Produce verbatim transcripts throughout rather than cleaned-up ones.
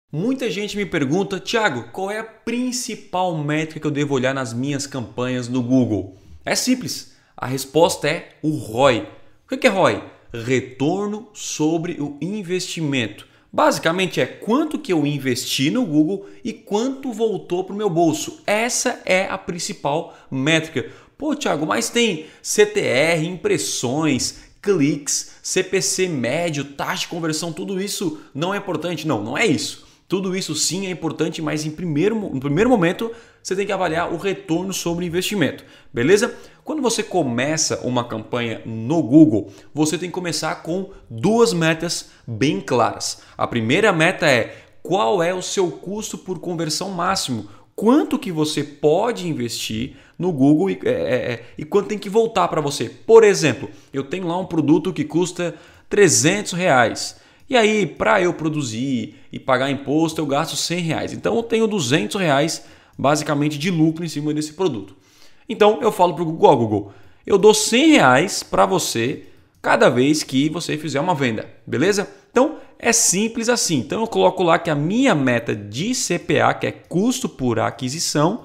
Muita gente me pergunta, Thiago, qual é a principal métrica que eu devo olhar nas minhas campanhas no Google? É simples, a resposta é o R O I. O que é R O I? Retorno sobre o investimento. Basicamente é quanto que eu investi no Google e quanto voltou para o meu bolso. Essa é a principal métrica. Pô, Thiago, mas tem C T R, impressões, cliques, C P C médio, taxa de conversão, tudo isso não é importante? Não, não é isso. Tudo isso sim é importante, mas em primeiro, no primeiro momento você tem que avaliar o retorno sobre o investimento, beleza? Quando você começa uma campanha no Google, você tem que começar com duas metas bem claras. A primeira meta é qual é o seu custo por conversão máximo, quanto que você pode investir no Google e, é, é, e quanto tem que voltar para você. Por exemplo, eu tenho lá um produto que custa trezentos reais. E aí, para eu produzir e pagar imposto, eu gasto cem reais. Então, eu tenho duzentos reais basicamente de lucro em cima desse produto. Então, eu falo para o Google, ó, Google, eu dou cem reais para você cada vez que você fizer uma venda, beleza? Então, é simples assim. Então, eu coloco lá que a minha meta de C P A, que é custo por aquisição,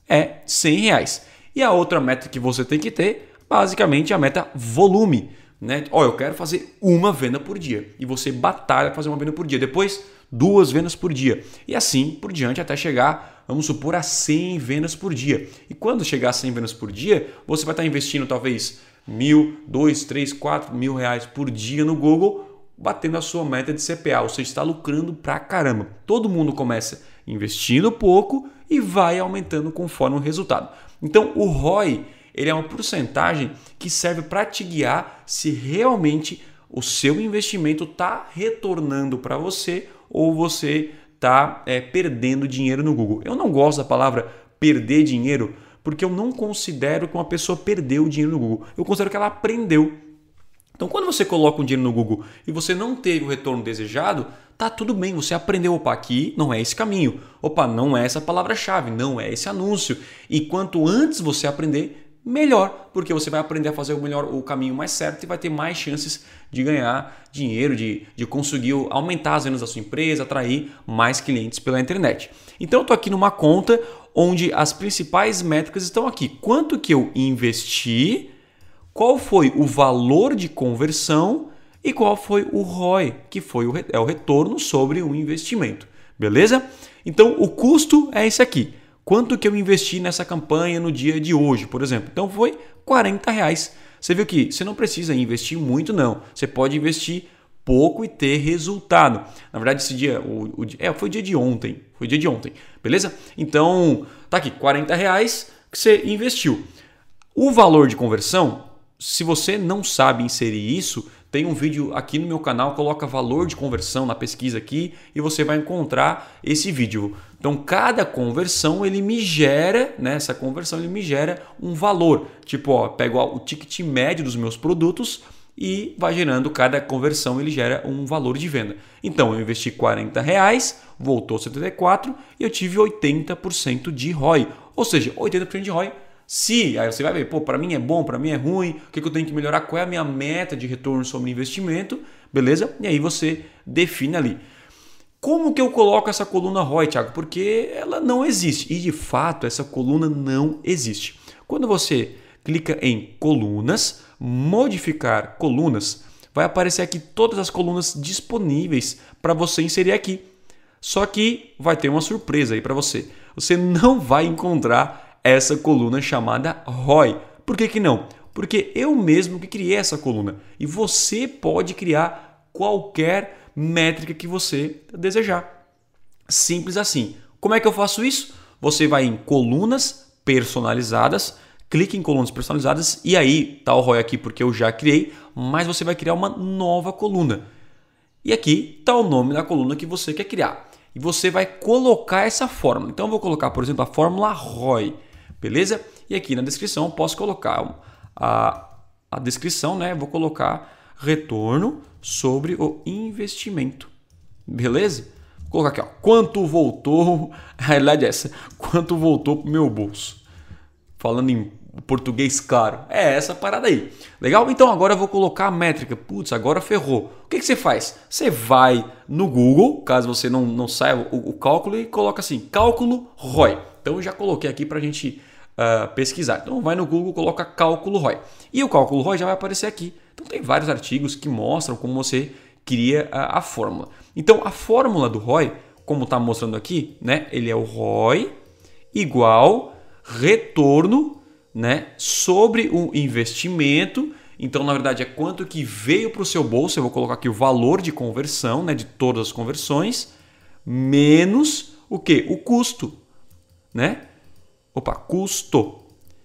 é cem reais. E a outra meta que você tem que ter, basicamente, é a meta volume. Né? Ó, eu quero fazer uma venda por dia e você batalha para fazer uma venda por dia, depois duas vendas por dia e assim por diante até chegar, vamos supor, a cem vendas por dia. E quando chegar a cem vendas por dia, você vai estar investindo talvez mil, dois, três, quatro mil reais por dia no Google, batendo a sua meta de C P A, ou seja, está lucrando pra caramba. Todo mundo começa investindo pouco e vai aumentando conforme o resultado. Então o R O I ele é uma porcentagem que serve para te guiar se realmente o seu investimento está retornando para você ou você está é, perdendo dinheiro no Google. Eu não gosto da palavra perder dinheiro porque eu não considero que uma pessoa perdeu dinheiro no Google. Eu considero que ela aprendeu. Então, quando você coloca um dinheiro no Google e você não teve o retorno desejado, tá tudo bem, você aprendeu, opa, aqui não é esse caminho, opa, não é essa palavra-chave, não é esse anúncio. E quanto antes você aprender, melhor, porque você vai aprender a fazer o melhor, o caminho mais certo e vai ter mais chances de ganhar dinheiro, de, de conseguir aumentar as vendas da sua empresa, atrair mais clientes pela internet. Então eu estou aqui numa conta onde as principais métricas estão aqui. Quanto que eu investi, qual foi o valor de conversão e qual foi o R O I, que foi o, é o retorno sobre o investimento. Beleza? Então o custo é esse aqui. Quanto que eu investi nessa campanha no dia de hoje, por exemplo? Então foi quarenta reais. Você viu que você não precisa investir muito, não. Você pode investir pouco e ter resultado. Na verdade, esse dia, o, o, é, foi o dia de ontem. Foi o dia de ontem, beleza? Então, tá aqui, quarenta reais que você investiu. O valor de conversão, se você não sabe inserir isso, tem um vídeo aqui no meu canal, coloca valor de conversão na pesquisa aqui e você vai encontrar esse vídeo. Então, cada conversão ele me gera, né, essa conversão ele me gera um valor. Tipo, ó, pego o ticket médio dos meus produtos e vai gerando, cada conversão ele gera um valor de venda. Então, eu investi quarenta reais, voltou setenta e quatro e eu tive oitenta por cento de R O I. Ou seja, oitenta por cento de R O I. Se, aí você vai ver, pô, para mim é bom, para mim é ruim, o que eu tenho que melhorar, qual é a minha meta de retorno sobre investimento, beleza? E aí você define ali. Como que eu coloco essa coluna R O I, Thiago? Porque ela não existe e de fato essa coluna não existe. Quando você clica em colunas, modificar colunas, vai aparecer aqui todas as colunas disponíveis para você inserir aqui. Só que vai ter uma surpresa aí para você. Você não vai encontrar essa coluna chamada R O I. Por que que não? Porque eu mesmo que criei essa coluna e você pode criar qualquer métrica que você desejar. Simples assim. Como é que eu faço isso? Você vai em colunas personalizadas, clique em colunas personalizadas e aí está o R O I aqui porque eu já criei, mas você vai criar uma nova coluna. E aqui está o nome da coluna que você quer criar. E você vai colocar essa fórmula. Então eu vou colocar, por exemplo, a fórmula R O I. Beleza? E aqui na descrição eu posso colocar a, a descrição, né? Vou colocar retorno sobre o investimento. Beleza? Vou colocar aqui, ó, quanto voltou, a realidade é essa, quanto voltou para o meu bolso. Falando em português claro. É essa parada aí. Legal? Então agora eu vou colocar a métrica. Putz, agora ferrou. O que, que você faz? Você vai no Google, caso você não, não saiba o, o cálculo, e coloca assim, cálculo R O I. Então eu já coloquei aqui para a gente uh, pesquisar. Então vai no Google, coloca cálculo R O I. E o cálculo R O I já vai aparecer aqui. Então tem vários artigos que mostram como você cria a, a fórmula. Então a fórmula do R O I, como está mostrando aqui, né, ele é o R O I igual retorno, né, sobre o investimento. Então, na verdade, é quanto que veio para o seu bolso. Eu vou colocar aqui o valor de conversão, né, de todas as conversões, menos o quê? O custo, né? Opa, custo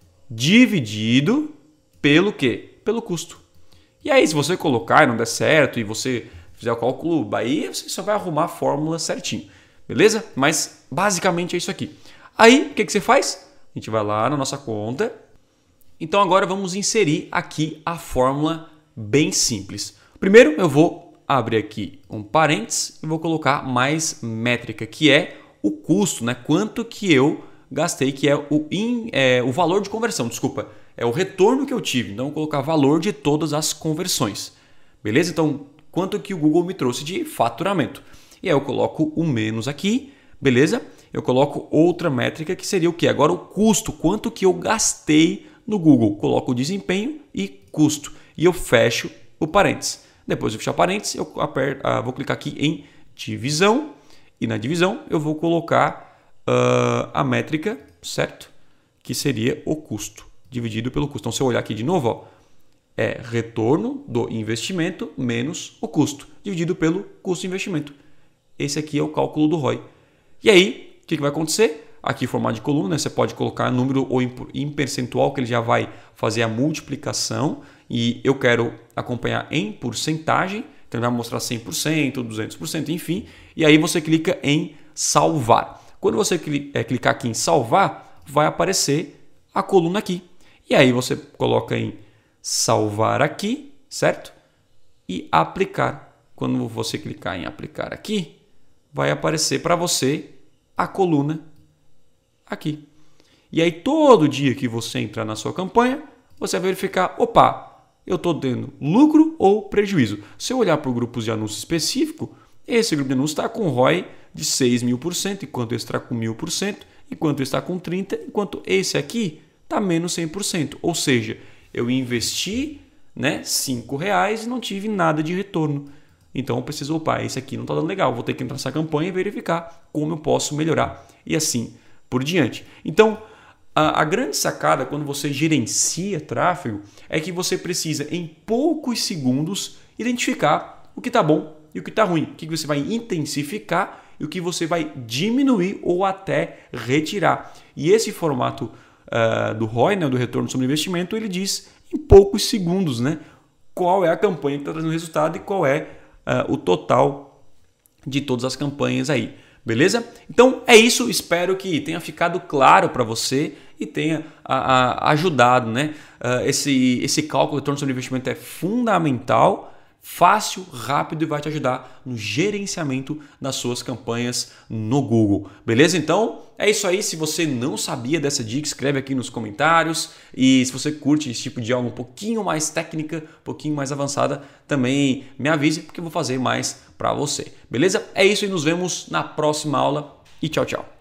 dividido pelo quê? Pelo custo. E aí, se você colocar e não der certo e você fizer o cálculo, aí você só vai arrumar a fórmula certinho, beleza? Mas basicamente é isso aqui. Aí, o que, que você faz? A gente vai lá na nossa conta. Então agora vamos inserir aqui a fórmula bem simples. Primeiro eu vou abrir aqui um parênteses e vou colocar mais métrica, que é o custo, né? Quanto que eu gastei, que é o, in, é, o valor de conversão, desculpa. É o retorno que eu tive. Então eu vou colocar valor de todas as conversões. Beleza? Então quanto que o Google me trouxe de faturamento. E aí eu coloco o menos aqui, beleza? Eu coloco outra métrica que seria o que? Agora o custo, quanto que eu gastei no Google. Coloco o desempenho e custo. E eu fecho o parênteses. Depois de fechar o parênteses, eu aperto, uh, vou clicar aqui em divisão. E na divisão eu vou colocar uh, a métrica, certo? Que seria o custo, dividido pelo custo. Então se eu olhar aqui de novo, ó, é retorno do investimento menos o custo, dividido pelo custo de investimento. Esse aqui é o cálculo do R O I. E aí, o que, que vai acontecer? Aqui em formato de coluna, né, você pode colocar número ou em percentual, que ele já vai fazer a multiplicação. E eu quero acompanhar em porcentagem, então ele vai mostrar cem por cento, duzentos por cento, enfim. E aí você clica em salvar. Quando você clicar aqui em salvar, vai aparecer a coluna aqui. E aí você coloca em salvar aqui, certo? E aplicar. Quando você clicar em aplicar aqui, vai aparecer para você a coluna aqui. E aí todo dia que você entrar na sua campanha, você vai verificar, opa, eu estou tendo lucro ou prejuízo. Se eu olhar para o grupo de anúncio específico, esse grupo de anúncio está com R O I de seis mil por cento, enquanto esse está com mil por cento, enquanto esse está com trinta por cento, enquanto esse aqui está menos cem por cento. Ou seja, eu investi, né, cinco reais e não tive nada de retorno. Então eu preciso, opa, esse aqui não está dando legal, vou ter que entrar nessa campanha e verificar como eu posso melhorar e assim por diante. Então a, a grande sacada quando você gerencia tráfego é que você precisa em poucos segundos identificar o que está bom e o que está ruim, o que você vai intensificar e o que você vai diminuir ou até retirar. E esse formato uh, do R O I, né, do retorno sobre investimento, ele diz em poucos segundos, né, qual é a campanha que está trazendo resultado e qual é Uh, o total de todas as campanhas aí, beleza? Então é isso, espero que tenha ficado claro para você e tenha a, a, ajudado, né? Uh, esse, esse cálculo de retorno sobre investimento é fundamental, fácil, rápido e vai te ajudar no gerenciamento das suas campanhas no Google, beleza? Então é isso aí. Se você não sabia dessa dica, escreve aqui nos comentários, e se você curte esse tipo de aula um pouquinho mais técnica, um pouquinho mais avançada, também me avise, porque eu vou fazer mais para você, beleza? É isso e nos vemos na próxima aula e tchau, tchau.